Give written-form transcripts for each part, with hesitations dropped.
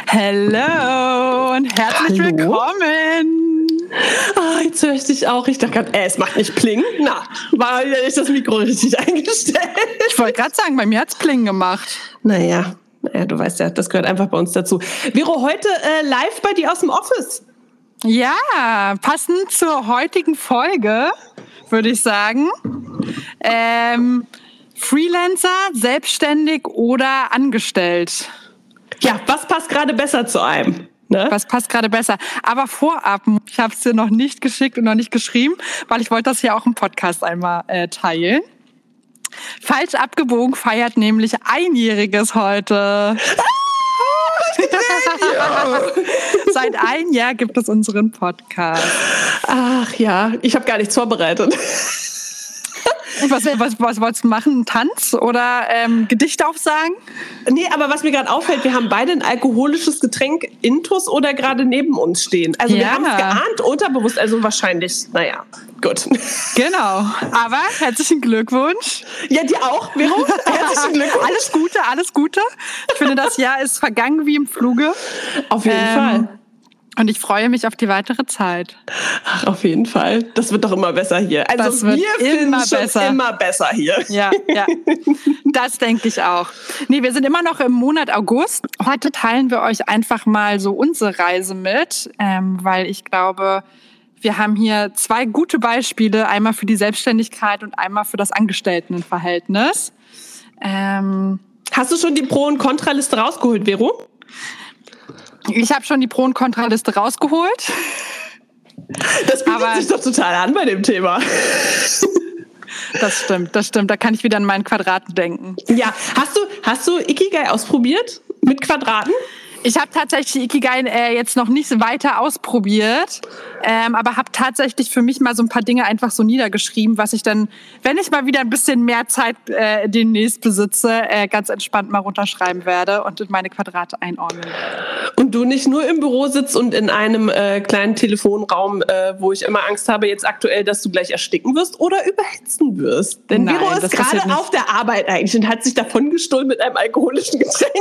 Hello und herzlich willkommen. Jetzt höre ich dich auch. Ich dachte gerade, es macht nicht Pling. Na, war ja nicht das Mikro richtig eingestellt. Ich wollte gerade sagen, bei mir hat es Pling gemacht. Naja, du weißt ja, das gehört einfach bei uns dazu. Vero, heute live bei dir aus dem Office. Ja, passend zur heutigen Folge, würde ich sagen. Freelancer, selbstständig oder angestellt? Ja, was passt gerade besser zu einem? Ne? Was passt gerade besser? Aber vorab, ich habe es dir noch nicht geschickt und noch nicht geschrieben, weil ich wollte das ja auch im Podcast einmal teilen. Falsch abgebogen feiert nämlich Einjähriges heute. Seit einem Jahr gibt es unseren Podcast. Ach ja, ich habe gar nichts vorbereitet. Was wolltest du machen? Ein Tanz oder Gedicht aufsagen? Nee, aber was mir gerade auffällt, wir haben beide ein alkoholisches Getränk intus oder gerade neben uns stehen. Also wir haben es geahnt, unterbewusst, also wahrscheinlich, naja, gut. Genau, aber herzlichen Glückwunsch. Ja, dir auch, Vero. Herzlichen Glückwunsch. Alles Gute, alles Gute. Ich finde, das Jahr ist vergangen wie im Fluge. Auf jeden Fall. Und ich freue mich auf die weitere Zeit. Ach, auf jeden Fall. Das wird doch immer besser hier. Also das wird immer besser hier. Ja, das denke ich auch. Nee, wir sind immer noch im Monat August. Heute teilen wir euch einfach mal so unsere Reise mit, weil ich glaube, wir haben hier zwei gute Beispiele, einmal für die Selbstständigkeit und einmal für das Angestelltenverhältnis. Hast du schon die Pro- und Kontraliste rausgeholt, Vero? Ich habe schon die Pro- und Kontraliste rausgeholt. Das bietet sich doch total an bei dem Thema. Das stimmt. Da kann ich wieder an meinen Quadraten denken. Ja, hast du Ikigai ausprobiert mit Quadraten? Ich habe tatsächlich Ikigai jetzt noch nicht weiter ausprobiert, aber habe tatsächlich für mich mal so ein paar Dinge einfach so niedergeschrieben, was ich dann, wenn ich mal wieder ein bisschen mehr Zeit demnächst besitze, ganz entspannt mal runterschreiben werde und in meine Quadrate einordnen werde. Und du nicht nur im Büro sitzt und in einem kleinen Telefonraum, wo ich immer Angst habe jetzt aktuell, dass du gleich ersticken wirst oder überhitzen wirst. Denn Nein, Vero ist gerade auf der Arbeit eigentlich und hat sich davon gestohlen mit einem alkoholischen Getränk.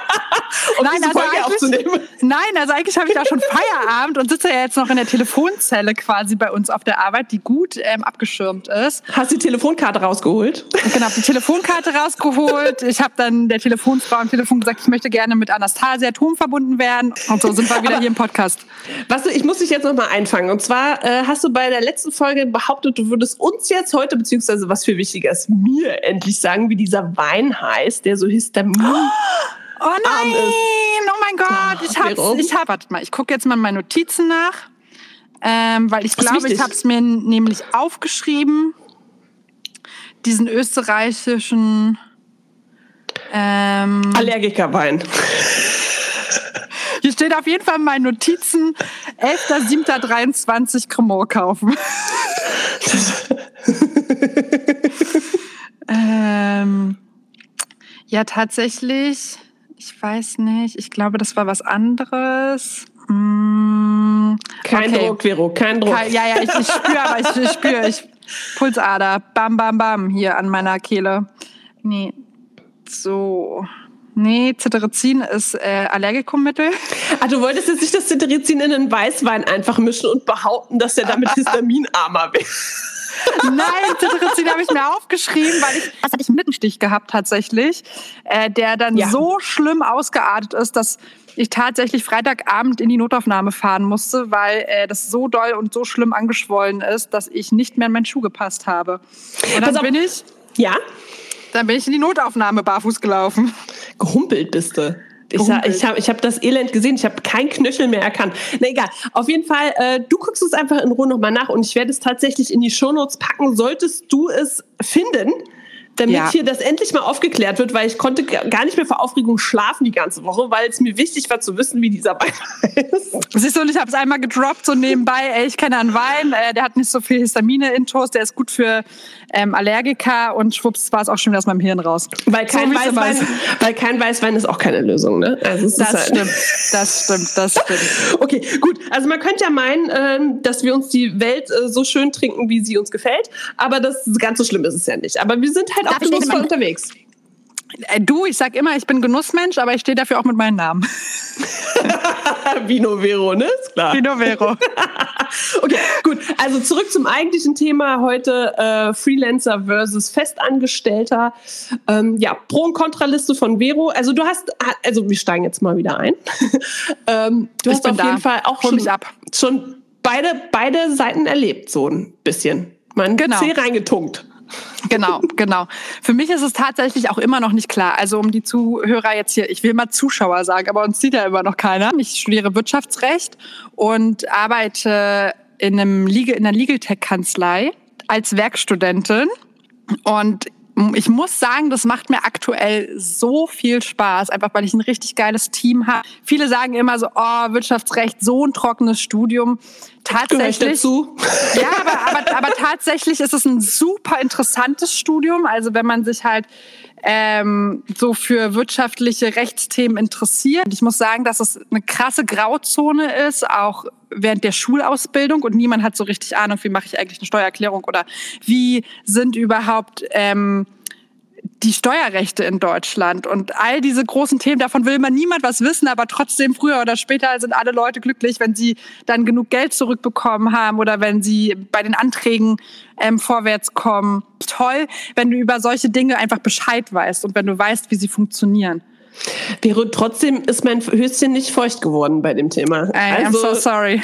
Also eigentlich habe ich da schon Feierabend und sitze ja jetzt noch in der Telefonzelle quasi bei uns auf der Arbeit, die gut abgeschirmt ist. Hast du die Telefonkarte rausgeholt? Genau, die Telefonkarte rausgeholt. Ich habe dann der Telefonfrau am Telefon gesagt, ich möchte gerne mit Anastasia Thom verbunden werden. Und so sind wir wieder hier im Podcast. Ich muss dich jetzt nochmal einfangen. Und zwar hast du bei der letzten Folge behauptet, du würdest uns jetzt heute, beziehungsweise was viel wichtiger ist, mir endlich sagen, wie dieser Wein heißt, der so Histamin... Oh nein! Oh mein Gott! Warte mal, ich gucke jetzt mal meine Notizen nach. Weil ich glaube, ich habe es mir nämlich aufgeschrieben. Diesen österreichischen Allergikerwein. Hier steht auf jeden Fall in meinen Notizen 11.07.23 Cremor kaufen. Ja, tatsächlich... Ich weiß nicht. Ich glaube, das war was anderes. Kein Druck, Vero, kein Druck. Ich spüre. Pulsader. Bam, bam, bam. Hier an meiner Kehle. Nee. So. Nee, Cetirizin ist Allergikummittel. Du wolltest jetzt nicht das Cetirizin in den Weißwein einfach mischen und behaupten, dass der damit histaminarmer wäre. Nein, Cetirizin habe ich mir aufgeschrieben, weil hatte ich einen Mückenstich gehabt tatsächlich, der dann so schlimm ausgeartet ist, dass ich tatsächlich Freitagabend in die Notaufnahme fahren musste, weil das so doll und so schlimm angeschwollen ist, dass ich nicht mehr in meinen Schuh gepasst habe. Und dann bin ich in die Notaufnahme barfuß gelaufen. Gehumpelt bist du. Ich hab das Elend gesehen, ich habe kein Knöchel mehr erkannt. Na egal, auf jeden Fall, du guckst es einfach in Ruhe nochmal nach und ich werde es tatsächlich in die Shownotes packen, solltest du es finden, damit hier das endlich mal aufgeklärt wird, weil ich konnte gar nicht mehr vor Aufregung schlafen die ganze Woche, weil es mir wichtig war zu wissen, wie dieser Wein heißt. Siehst du, und ich habe es einmal gedroppt, so nebenbei, ich kenne einen Wein, der hat nicht so viel Histamine intus, der ist gut für Allergiker und schwupps war es auch schon wieder aus meinem Hirn raus. Weil kein Weißwein ist auch keine Lösung, ne? Also das stimmt. Okay, gut. Also man könnte ja meinen, dass wir uns die Welt so schön trinken, wie sie uns gefällt, aber das ganz so schlimm ist es ja nicht. Aber wir sind halt auch genussvoll unterwegs. Ich sag immer, ich bin Genussmensch, aber ich stehe dafür auch mit meinem Namen. Vino Vero, ne? Ist klar. Vino Vero. Okay, gut. Also zurück zum eigentlichen Thema heute, Freelancer versus Festangestellter. Pro- und Kontraliste von Vero. Also wir steigen jetzt mal wieder ein. Du hast auf jeden Fall auch schon beide Seiten erlebt, so ein bisschen. Zeh reingetunkt. Genau. Für mich ist es tatsächlich auch immer noch nicht klar. Also um die Zuhörer jetzt hier, ich will mal Zuschauer sagen, aber uns sieht ja immer noch keiner. Ich studiere Wirtschaftsrecht und arbeite in einer Legal Tech Kanzlei als Werkstudentin. Und ich muss sagen, das macht mir aktuell so viel Spaß, einfach weil ich ein richtig geiles Team habe. Viele sagen immer so, Wirtschaftsrecht, so ein trockenes Studium. Tatsächlich. Dazu. Ja, aber tatsächlich ist es ein super interessantes Studium. Also wenn man sich halt so für wirtschaftliche Rechtsthemen interessiert. Ich muss sagen, dass es eine krasse Grauzone ist, auch während der Schulausbildung, und niemand hat so richtig Ahnung, wie mache ich eigentlich eine Steuererklärung oder wie sind überhaupt die Steuerrechte in Deutschland und all diese großen Themen, davon will niemand was wissen, aber trotzdem früher oder später sind alle Leute glücklich, wenn sie dann genug Geld zurückbekommen haben oder wenn sie bei den Anträgen vorwärts kommen. Toll, wenn du über solche Dinge einfach Bescheid weißt und wenn du weißt, wie sie funktionieren. Vero, trotzdem ist mein Höschen nicht feucht geworden bei dem Thema. I'm so sorry.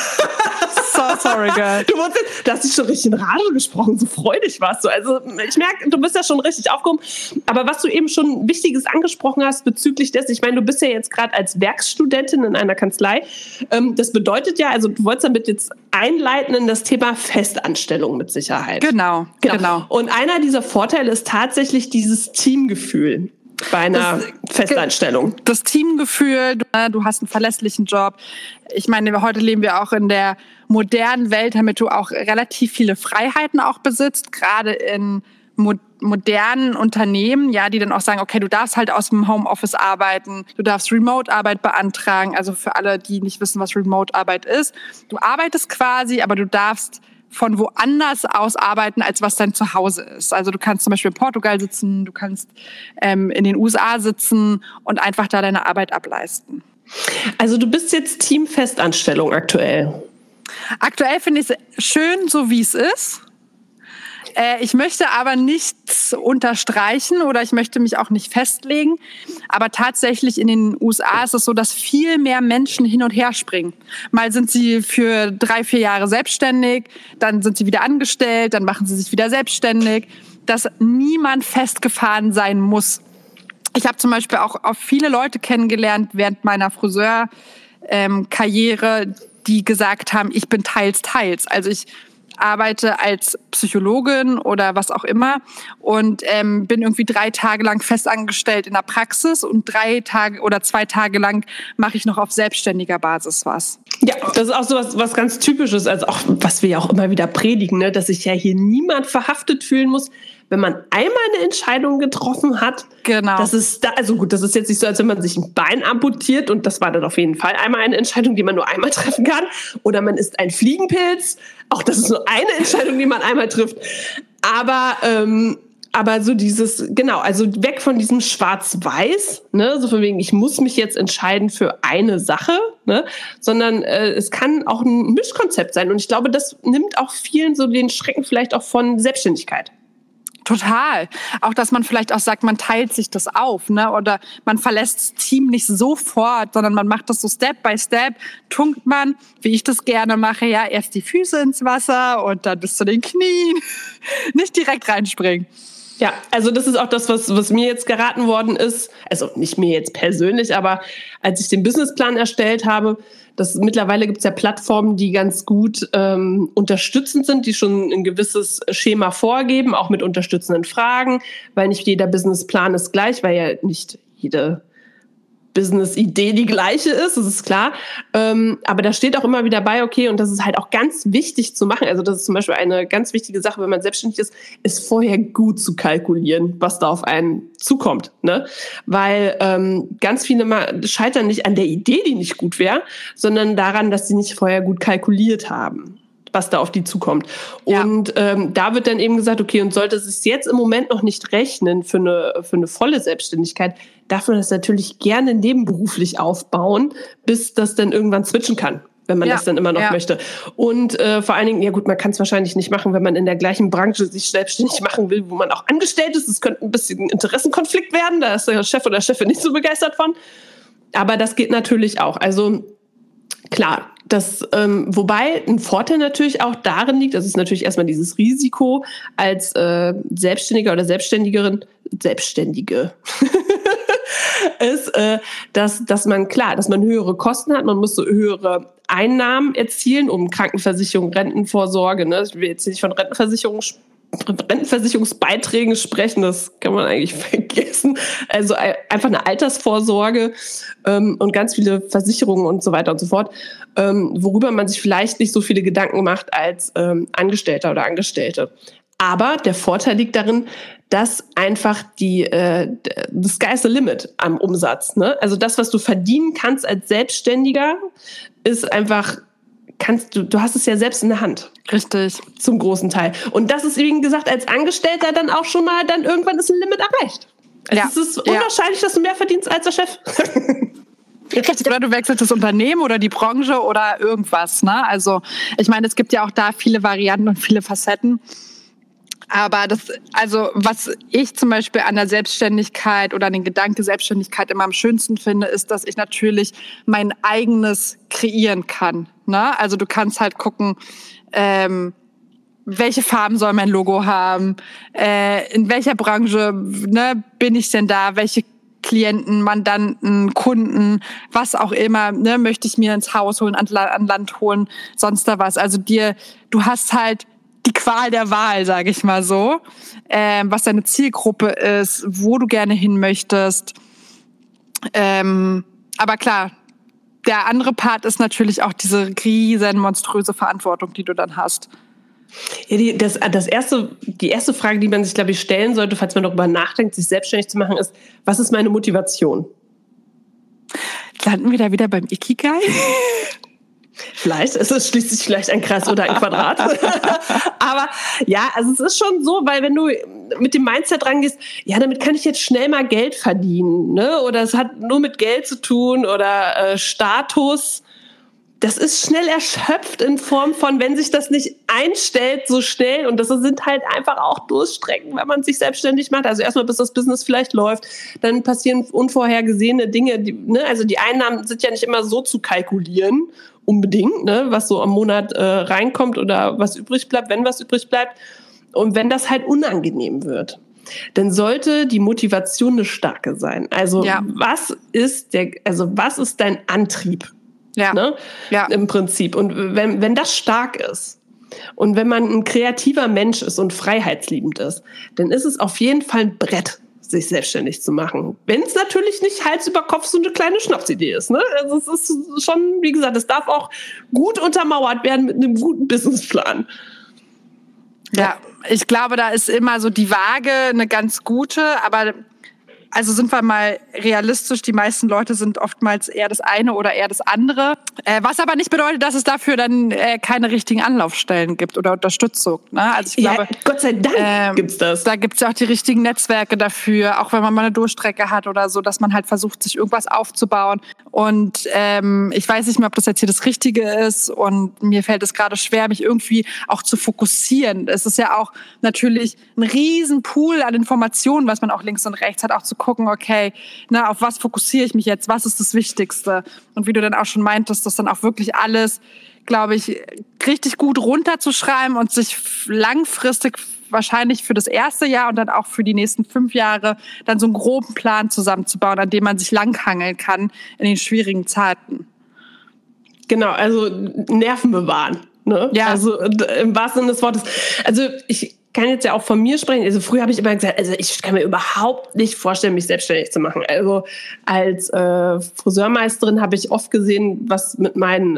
So sorry, girl. Du hast dich schon richtig in Rage gesprochen, so freudig warst du. Also ich merke, du bist ja schon richtig aufgehoben. Aber was du eben schon Wichtiges angesprochen hast bezüglich dessen, ich meine, du bist ja jetzt gerade als Werkstudentin in einer Kanzlei. Das bedeutet ja, also du wolltest damit jetzt einleiten in das Thema Festanstellung mit Sicherheit. Genau. Und einer dieser Vorteile ist tatsächlich dieses Teamgefühl. Bei einer Festanstellung. Das Teamgefühl, du hast einen verlässlichen Job. Ich meine, heute leben wir auch in der modernen Welt, damit du auch relativ viele Freiheiten auch besitzt, gerade in modernen Unternehmen, ja, die dann auch sagen, okay, du darfst halt aus dem Homeoffice arbeiten, du darfst Remote-Arbeit beantragen. Also für alle, die nicht wissen, was Remote-Arbeit ist. Du arbeitest quasi, aber du darfst von woanders aus arbeiten, als was dein Zuhause ist. Also du kannst zum Beispiel in Portugal sitzen, du kannst in den USA sitzen und einfach da deine Arbeit ableisten. Also du bist jetzt Team Festanstellung aktuell? Aktuell finde ich es schön, so wie es ist. Ich möchte aber nichts unterstreichen oder ich möchte mich auch nicht festlegen. Aber tatsächlich in den USA ist es so, dass viel mehr Menschen hin und her springen. Mal sind sie für 3-4 Jahre selbstständig, dann sind sie wieder angestellt, dann machen sie sich wieder selbstständig. Dass niemand festgefahren sein muss. Ich habe zum Beispiel auch viele Leute kennengelernt während meiner Friseurkarriere, die gesagt haben, ich bin teils. Also ich arbeite als Psychologin oder was auch immer und bin irgendwie 3 Tage lang festangestellt in der Praxis und 3 Tage oder 2 Tage lang mache ich noch auf selbstständiger Basis was. Ja, das ist auch so was ganz Typisches, also auch was wir ja auch immer wieder predigen, ne, dass sich ja hier niemand verhaftet fühlen muss, wenn man einmal eine Entscheidung getroffen hat. Genau. Das ist jetzt nicht so, als wenn man sich ein Bein amputiert und das war dann auf jeden Fall einmal eine Entscheidung, die man nur einmal treffen kann. Oder man isst einen Fliegenpilz. Auch das ist nur eine Entscheidung, die man einmal trifft. Aber so dieses, genau, also weg von diesem Schwarz-Weiß, ne, so von wegen, ich muss mich jetzt entscheiden für eine Sache, ne, sondern es kann auch ein Mischkonzept sein. Und ich glaube, das nimmt auch vielen so den Schrecken vielleicht auch von Selbstständigkeit. Total. Auch, dass man vielleicht auch sagt, man teilt sich das auf, ne? Oder man verlässt das Team nicht sofort, sondern man macht das so Step by Step, tunkt man, wie ich das gerne mache, ja, erst die Füße ins Wasser und dann bis zu den Knien. Nicht direkt reinspringen. Ja, also das ist auch das, was mir jetzt geraten worden ist. Also nicht mir jetzt persönlich, aber als ich den Businessplan erstellt habe, mittlerweile gibt es ja Plattformen, die ganz gut unterstützend sind, die schon ein gewisses Schema vorgeben, auch mit unterstützenden Fragen, weil nicht jeder Businessplan ist gleich, weil ja nicht jede Business-Idee die gleiche ist, das ist klar. Aber da steht auch immer wieder bei, okay, und das ist halt auch ganz wichtig zu machen. Also das ist zum Beispiel eine ganz wichtige Sache, wenn man selbstständig ist vorher gut zu kalkulieren, was da auf einen zukommt. Ne? Weil ganz viele mal scheitern nicht an der Idee, die nicht gut wäre, sondern daran, dass sie nicht vorher gut kalkuliert haben. was da auf die zukommt. Und da wird dann eben gesagt, okay, und sollte es sich jetzt im Moment noch nicht rechnen für eine volle Selbstständigkeit, darf man das natürlich gerne nebenberuflich aufbauen, bis das dann irgendwann switchen kann, wenn man das dann immer noch möchte. Und vor allen Dingen, ja gut, man kann es wahrscheinlich nicht machen, wenn man in der gleichen Branche sich selbstständig machen will, wo man auch angestellt ist. Es könnte ein bisschen Interessenkonflikt werden, da ist der Chef oder Chefin nicht so begeistert von. Aber das geht natürlich auch. Also klar, wobei ein Vorteil natürlich auch darin liegt, das ist natürlich erstmal dieses Risiko als Selbstständiger oder Selbstständige ist, dass man höhere Kosten hat, man muss so höhere Einnahmen erzielen, um Krankenversicherung, Rentenvorsorge, ne? Ich will jetzt nicht von Rentenversicherungsbeiträgen sprechen, das kann man eigentlich vergessen. Also einfach eine Altersvorsorge und ganz viele Versicherungen und so weiter und so fort, worüber man sich vielleicht nicht so viele Gedanken macht als Angestellter oder Angestellte. Aber der Vorteil liegt darin, dass einfach the sky's the limit am Umsatz. Ne? Also das, was du verdienen kannst als Selbstständiger, ist einfach, du hast es ja selbst in der Hand. Richtig. Zum großen Teil. Und das ist, wie gesagt, als Angestellter dann auch schon mal, dann irgendwann ist ein Limit erreicht. Es ist unwahrscheinlich, dass du mehr verdienst als der Chef. Oder du wechselst das Unternehmen oder die Branche oder irgendwas. Ne? Also ich meine, es gibt ja auch da viele Varianten und viele Facetten. Aber was ich zum Beispiel an der Selbstständigkeit oder an den Gedanke Selbstständigkeit immer am schönsten finde, ist, dass ich natürlich mein eigenes kreieren kann. Ne? Also du kannst halt gucken, welche Farben soll mein Logo haben, in welcher Branche bin ich denn da, welche Klienten, Mandanten, Kunden, was auch immer, möchte ich mir ins Haus holen, an Land holen, sonst da was. Also du hast halt die Qual der Wahl, sage ich mal so, was deine Zielgruppe ist, wo du gerne hin möchtest. Aber klar, der andere Part ist natürlich auch diese riesen monströse Verantwortung, die du dann hast. Ja, die erste Frage, die man sich, glaube ich, stellen sollte, falls man darüber nachdenkt, sich selbstständig zu machen, ist, was ist meine Motivation? Landen wir da wieder beim Ikigai? Vielleicht, es schließt sich vielleicht ein Kreis oder ein Quadrat. Aber ja, also es ist schon so, weil wenn du mit dem Mindset rangehst, ja, damit kann ich jetzt schnell mal Geld verdienen, ne? Oder es hat nur mit Geld zu tun oder Status. Das ist schnell erschöpft in Form von, wenn sich das nicht einstellt so schnell, und das sind halt einfach auch Durststrecken, wenn man sich selbstständig macht. Also erstmal, bis das Business vielleicht läuft, dann passieren unvorhergesehene Dinge. Also die Einnahmen sind ja nicht immer so zu kalkulieren, unbedingt, ne, was so am Monat reinkommt oder was übrig bleibt, wenn was übrig bleibt. Und wenn das halt unangenehm wird, dann sollte die Motivation eine starke sein. Also was ist dein Antrieb? Ja. Ne? Ja. Im Prinzip. Und wenn das stark ist und wenn man ein kreativer Mensch ist und freiheitsliebend ist, dann ist es auf jeden Fall ein Brett, sich selbstständig zu machen. Wenn es natürlich nicht Hals über Kopf so eine kleine Schnapsidee ist. Ne? Also es ist schon, wie gesagt, es darf auch gut untermauert werden mit einem guten Businessplan. Ja, ich glaube, da ist immer so die Waage eine ganz gute, aber also sind wir mal realistisch, die meisten Leute sind oftmals eher das eine oder eher das andere. Was aber nicht bedeutet, dass es dafür dann keine richtigen Anlaufstellen gibt oder Unterstützung. Ne? Also ich glaube, Gott sei Dank gibt's das. Da gibt's ja auch die richtigen Netzwerke dafür, auch wenn man mal eine Durchstrecke hat oder so, dass man halt versucht, sich irgendwas aufzubauen. Und ich weiß nicht mehr, ob das jetzt hier das Richtige ist, und mir fällt es gerade schwer, mich irgendwie auch zu fokussieren. Es ist ja auch natürlich ein riesen Pool an Informationen, was man auch links und rechts hat, auch zu gucken, okay, auf was fokussiere ich mich jetzt, was ist das Wichtigste? Und wie du dann auch schon meintest, das dann auch wirklich alles, glaube ich, richtig gut runterzuschreiben und sich langfristig wahrscheinlich für das erste Jahr und dann auch für die nächsten 5 Jahre dann so einen groben Plan zusammenzubauen, an dem man sich langhangeln kann in den schwierigen Zeiten. Genau, also Nerven bewahren. Ne? Ja. Also im wahrsten Sinne des Wortes. Also ich kann jetzt ja auch von mir sprechen. Also früher habe ich immer gesagt, also ich kann mir überhaupt nicht vorstellen, mich selbstständig zu machen. Also als Friseurmeisterin habe ich oft gesehen, was mit meinen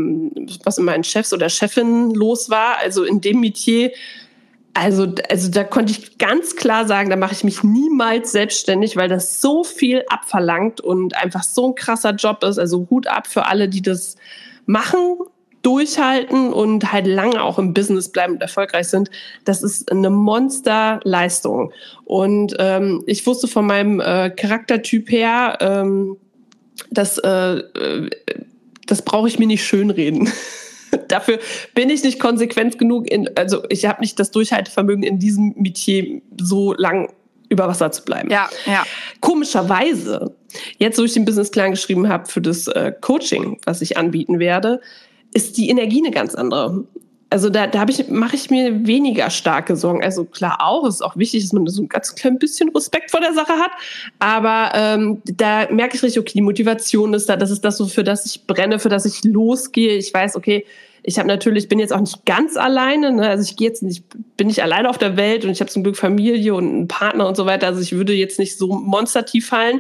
Chefs oder Chefinnen los war. Also in dem Metier. Also da konnte ich ganz klar sagen, da mache ich mich niemals selbstständig, weil das so viel abverlangt und einfach so ein krasser Job ist. Also Hut ab für alle, die das machen. durchhalten und halt lange auch im Business bleiben und erfolgreich sind, das ist eine Monsterleistung. Und ich wusste von meinem Charaktertyp her, das brauche ich mir nicht schönreden. Dafür bin ich nicht konsequent genug. Also ich habe nicht das Durchhaltevermögen, in diesem Metier so lang über Wasser zu bleiben. Ja. Komischerweise, jetzt wo ich den Businessplan geschrieben habe für das Coaching, was ich anbieten werde, ist die Energie eine ganz andere. Also da mache ich mir weniger starke Sorgen. Also klar auch, es ist auch wichtig, dass man so ein ganz klein bisschen Respekt vor der Sache hat. Aber da merke ich richtig, okay, die Motivation ist da, das ist das, so, für das ich brenne, für das ich losgehe. Ich weiß, okay, bin jetzt auch nicht ganz alleine. Ne? Also bin nicht alleine auf der Welt und ich habe zum Glück Familie und einen Partner und so weiter. Also ich würde jetzt nicht so monstertief fallen.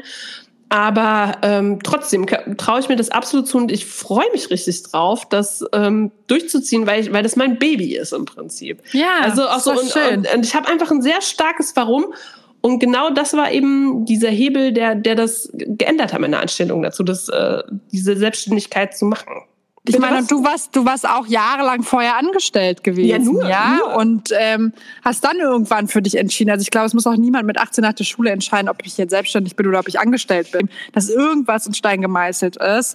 Aber trotzdem traue ich mir das absolut zu und ich freue mich richtig drauf, das durchzuziehen, weil das mein Baby ist im Prinzip. Ja, also auch so schön. Und ich habe einfach ein sehr starkes Warum. Und genau das war eben dieser Hebel, der das geändert hat, meine Einstellung dazu, diese Selbstständigkeit zu machen. Ich meine, du warst auch jahrelang vorher angestellt gewesen, nur. Und hast dann irgendwann für dich entschieden. Also ich glaube, es muss auch niemand mit 18 nach der Schule entscheiden, ob ich jetzt selbstständig bin oder ob ich angestellt bin. Dass irgendwas in Stein gemeißelt ist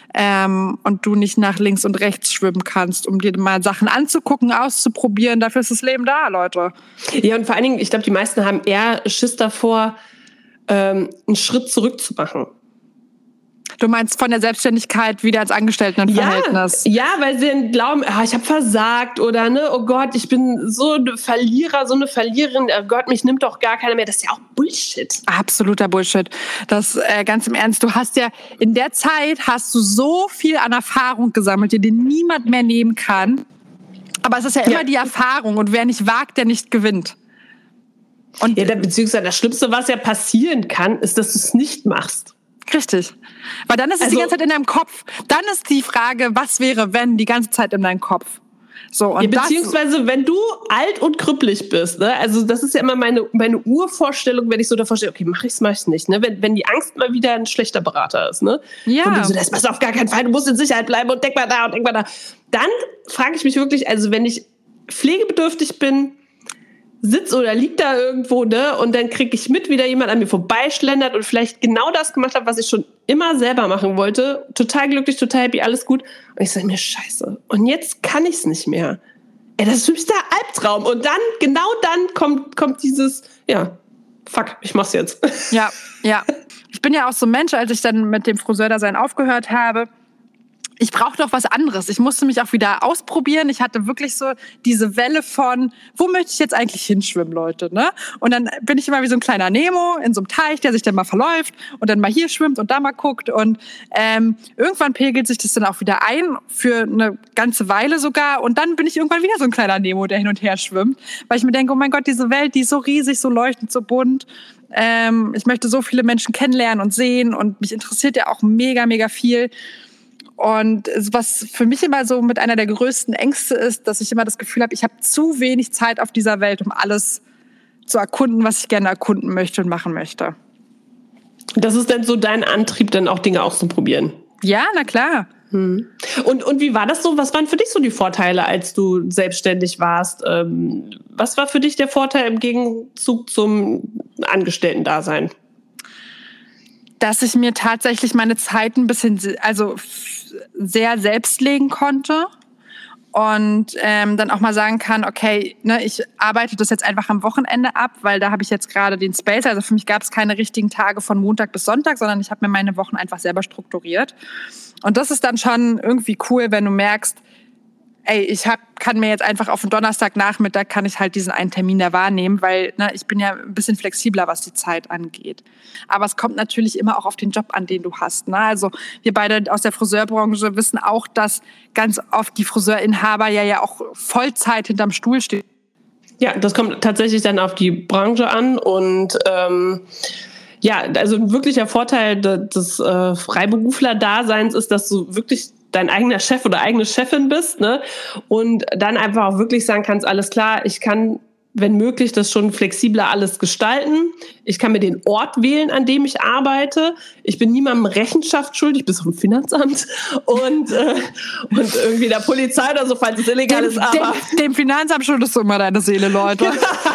und du nicht nach links und rechts schwimmen kannst, um dir mal Sachen anzugucken, auszuprobieren. Dafür ist das Leben da, Leute. Ja, und vor allen Dingen, ich glaube, die meisten haben eher Schiss davor, einen Schritt zurück zu machen. Du meinst von der Selbstständigkeit wieder ins Angestelltenverhältnis? Ja, weil sie dann glauben, ich habe versagt oder ne, oh Gott, ich bin so ein Verlierer, so eine Verliererin, oh Gott, mich nimmt doch gar keiner mehr. Das ist ja auch Bullshit. Absoluter Bullshit. Das ganz im Ernst, du hast ja in der Zeit hast du so viel an Erfahrung gesammelt, die dir niemand mehr nehmen kann. Aber es ist ja immer die Erfahrung und wer nicht wagt, der nicht gewinnt. Und beziehungsweise das Schlimmste, was ja passieren kann, ist, dass du es nicht machst. Richtig. Weil dann ist es die ganze Zeit in deinem Kopf. Dann ist die Frage, was wäre, wenn, die ganze Zeit in deinem Kopf. So, und beziehungsweise, wenn du alt und krüppelig bist, ne? Also das ist ja immer meine Urvorstellung, wenn ich so davor stehe, okay, mach ich's nicht, ne? Wenn die Angst mal wieder ein schlechter Berater ist, ne? Ja. Und du so, das passt auf gar keinen Fall, du musst in Sicherheit bleiben und denk mal da und denk mal da. Dann frage ich mich wirklich, also wenn ich pflegebedürftig bin, sitz oder lieg da irgendwo, ne? Und dann kriege ich mit, wie da jemand an mir vorbeischlendert und vielleicht genau das gemacht hat, was ich schon immer selber machen wollte. Total glücklich, total happy, alles gut. Und ich sage mir, scheiße. Und jetzt kann ich es nicht mehr. Das ist für mich der Albtraum. Und dann, genau dann kommt dieses, fuck, ich mach's jetzt. Ja. Ich bin ja auch so ein Mensch, als ich dann mit dem Friseurdasein aufgehört habe, ich brauchte doch was anderes. Ich musste mich auch wieder ausprobieren. Ich hatte wirklich so diese Welle von, wo möchte ich jetzt eigentlich hinschwimmen, Leute, ne? Und dann bin ich immer wie so ein kleiner Nemo in so einem Teich, der sich dann mal verläuft und dann mal hier schwimmt und da mal guckt. Und irgendwann pegelt sich das dann auch wieder ein, für eine ganze Weile sogar. Und dann bin ich irgendwann wieder so ein kleiner Nemo, der hin und her schwimmt. Weil ich mir denke, oh mein Gott, diese Welt, die ist so riesig, so leuchtend, so bunt. Ich möchte so viele Menschen kennenlernen und sehen. Und mich interessiert ja auch mega, mega viel. Und was für mich immer so mit einer der größten Ängste ist, dass ich immer das Gefühl habe, ich habe zu wenig Zeit auf dieser Welt, um alles zu erkunden, was ich gerne erkunden möchte und machen möchte. Das ist dann so dein Antrieb, dann auch Dinge auszuprobieren? Ja, na klar. Und wie war das so? Was waren für dich so die Vorteile, als du selbstständig warst? Was war für dich der Vorteil im Gegenzug zum Angestellten-Dasein? Dass ich mir tatsächlich meine Zeit ein bisschen, sehr selbst legen konnte und dann auch mal sagen kann, okay, ne, ich arbeite das jetzt einfach am Wochenende ab, weil da habe ich jetzt gerade den Space. Also für mich gab es keine richtigen Tage von Montag bis Sonntag, sondern ich habe mir meine Wochen einfach selber strukturiert. Und das ist dann schon irgendwie cool, wenn du merkst, kann mir jetzt einfach auf den Donnerstagnachmittag kann ich halt diesen einen Termin da wahrnehmen, weil ich bin ja ein bisschen flexibler, was die Zeit angeht. Aber es kommt natürlich immer auch auf den Job an, den du hast. Ne? Also wir beide aus der Friseurbranche wissen auch, dass ganz oft die Friseurinhaber ja auch Vollzeit hinterm Stuhl stehen. Ja, das kommt tatsächlich dann auf die Branche an und also ein wirklicher Vorteil des Freiberufler-Daseins ist, dass du wirklich dein eigener Chef oder eigene Chefin bist, ne? Und dann einfach auch wirklich sagen kannst, alles klar, ich kann wenn möglich, das schon flexibler alles gestalten. Ich kann mir den Ort wählen, an dem ich arbeite. Ich bin niemandem Rechenschaft schuldig, bis zum Finanzamt und irgendwie der Polizei oder so, falls es illegal ist. Aber dem Finanzamt schuldest du immer deine Seele, Leute.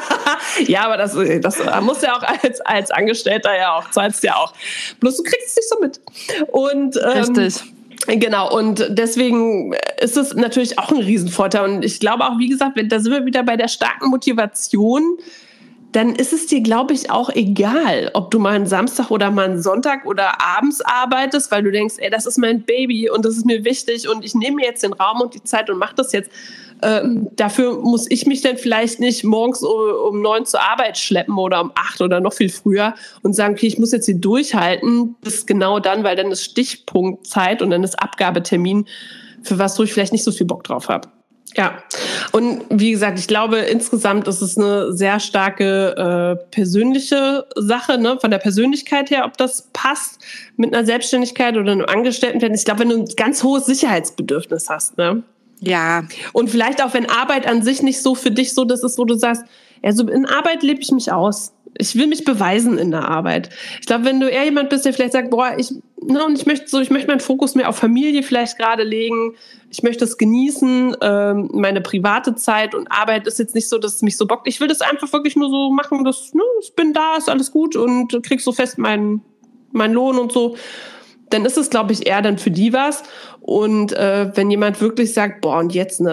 Ja, aber das muss ja auch als Angestellter ja auch, zahlst ja auch. Bloß du kriegst es nicht so mit. Und richtig. Genau, und deswegen ist es natürlich auch ein Riesenvorteil. Und ich glaube auch, wie gesagt, da sind wir wieder bei der starken Motivation, dann ist es dir, glaube ich, auch egal, ob du mal einen Samstag oder mal einen Sonntag oder abends arbeitest, weil du denkst, ey, das ist mein Baby und das ist mir wichtig und ich nehme mir jetzt den Raum und die Zeit und mache das jetzt. Dafür muss ich mich dann vielleicht nicht morgens um 9 zur Arbeit schleppen oder um 8 oder noch viel früher und sagen, okay, ich muss jetzt hier durchhalten, bis genau dann, weil dann ist Stichpunktzeit und dann ist Abgabetermin, für was wo ich vielleicht nicht so viel Bock drauf habe. Ja, und wie gesagt, ich glaube, insgesamt ist es eine sehr starke persönliche Sache, ne? Von der Persönlichkeit her, ob das passt mit einer Selbstständigkeit oder einem Angestelltenverhältnis. Ich glaube, wenn du ein ganz hohes Sicherheitsbedürfnis hast, ne? Ja. Und vielleicht auch, wenn Arbeit an sich nicht so für dich so das ist, wo du sagst, also in Arbeit lebe ich mich aus. Ich will mich beweisen in der Arbeit. Ich glaube, wenn du eher jemand bist, der vielleicht sagt, boah, ich möchte meinen Fokus mehr auf Familie vielleicht gerade legen. Ich möchte es genießen, meine private Zeit und Arbeit ist jetzt nicht so, dass es mich so bockt. Ich will das einfach wirklich nur so machen, dass ich bin da, ist alles gut und kriegst so fest meinen Lohn und so. Dann ist es, glaube ich, eher dann für die was. Und wenn jemand wirklich sagt, boah, und jetzt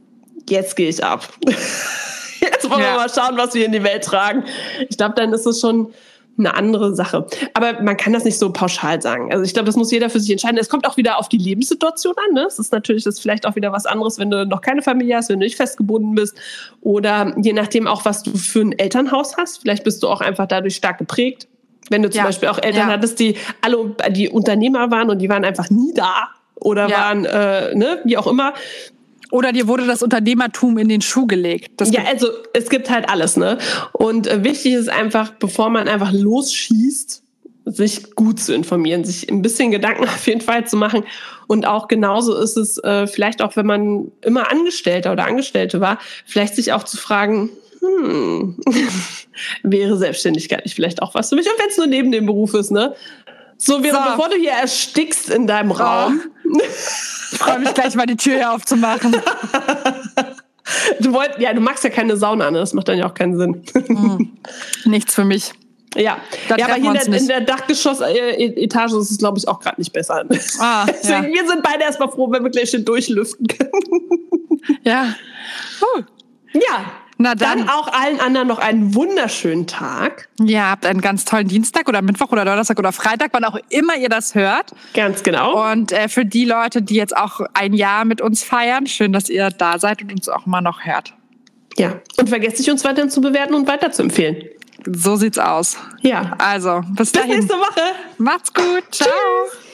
gehe ich ab. Jetzt wollen wir mal schauen, was wir in die Welt tragen. Ich glaube, dann ist es schon eine andere Sache. Aber man kann das nicht so pauschal sagen. Also ich glaube, das muss jeder für sich entscheiden. Es kommt auch wieder auf die Lebenssituation an. Ne? Es ist natürlich vielleicht auch wieder was anderes, wenn du noch keine Familie hast, wenn du nicht festgebunden bist. Oder je nachdem auch, was du für ein Elternhaus hast. Vielleicht bist du auch einfach dadurch stark geprägt. Wenn du zum Beispiel auch Eltern hattest, die alle die Unternehmer waren und die waren einfach nie da oder waren, wie auch immer. Oder dir wurde das Unternehmertum in den Schuh gelegt. Also es gibt halt alles, ne? Und wichtig ist einfach, bevor man einfach losschießt, sich gut zu informieren, sich ein bisschen Gedanken auf jeden Fall zu machen. Und auch genauso ist es vielleicht auch, wenn man immer Angestellter oder Angestellte war, vielleicht sich auch zu fragen, wäre Selbstständigkeit nicht vielleicht auch was für mich? Und wenn es nur neben dem Beruf ist, ne? Bevor du hier erstickst in deinem Raum. Ich freue mich gleich mal, die Tür hier aufzumachen. Du magst ja keine Sauna, ne? Das macht dann ja auch keinen Sinn. Nichts für mich. Ja, aber hier in der Dachgeschoss-Etage ist es, glaube ich, auch gerade nicht besser. Deswegen, wir sind beide erstmal froh, wenn wir gleich schön durchlüften können. Ja. Ja. Na dann auch allen anderen noch einen wunderschönen Tag. Ja, habt einen ganz tollen Dienstag oder Mittwoch oder Donnerstag oder Freitag, wann auch immer ihr das hört. Ganz genau. Und für die Leute, die jetzt auch ein Jahr mit uns feiern, schön, dass ihr da seid und uns auch immer noch hört. Ja, und vergesst nicht, uns weiterhin zu bewerten und weiter zu empfehlen. So sieht's aus. Ja. Also, bis dahin. Bis nächste Woche. Macht's gut. Ciao. Tschüss.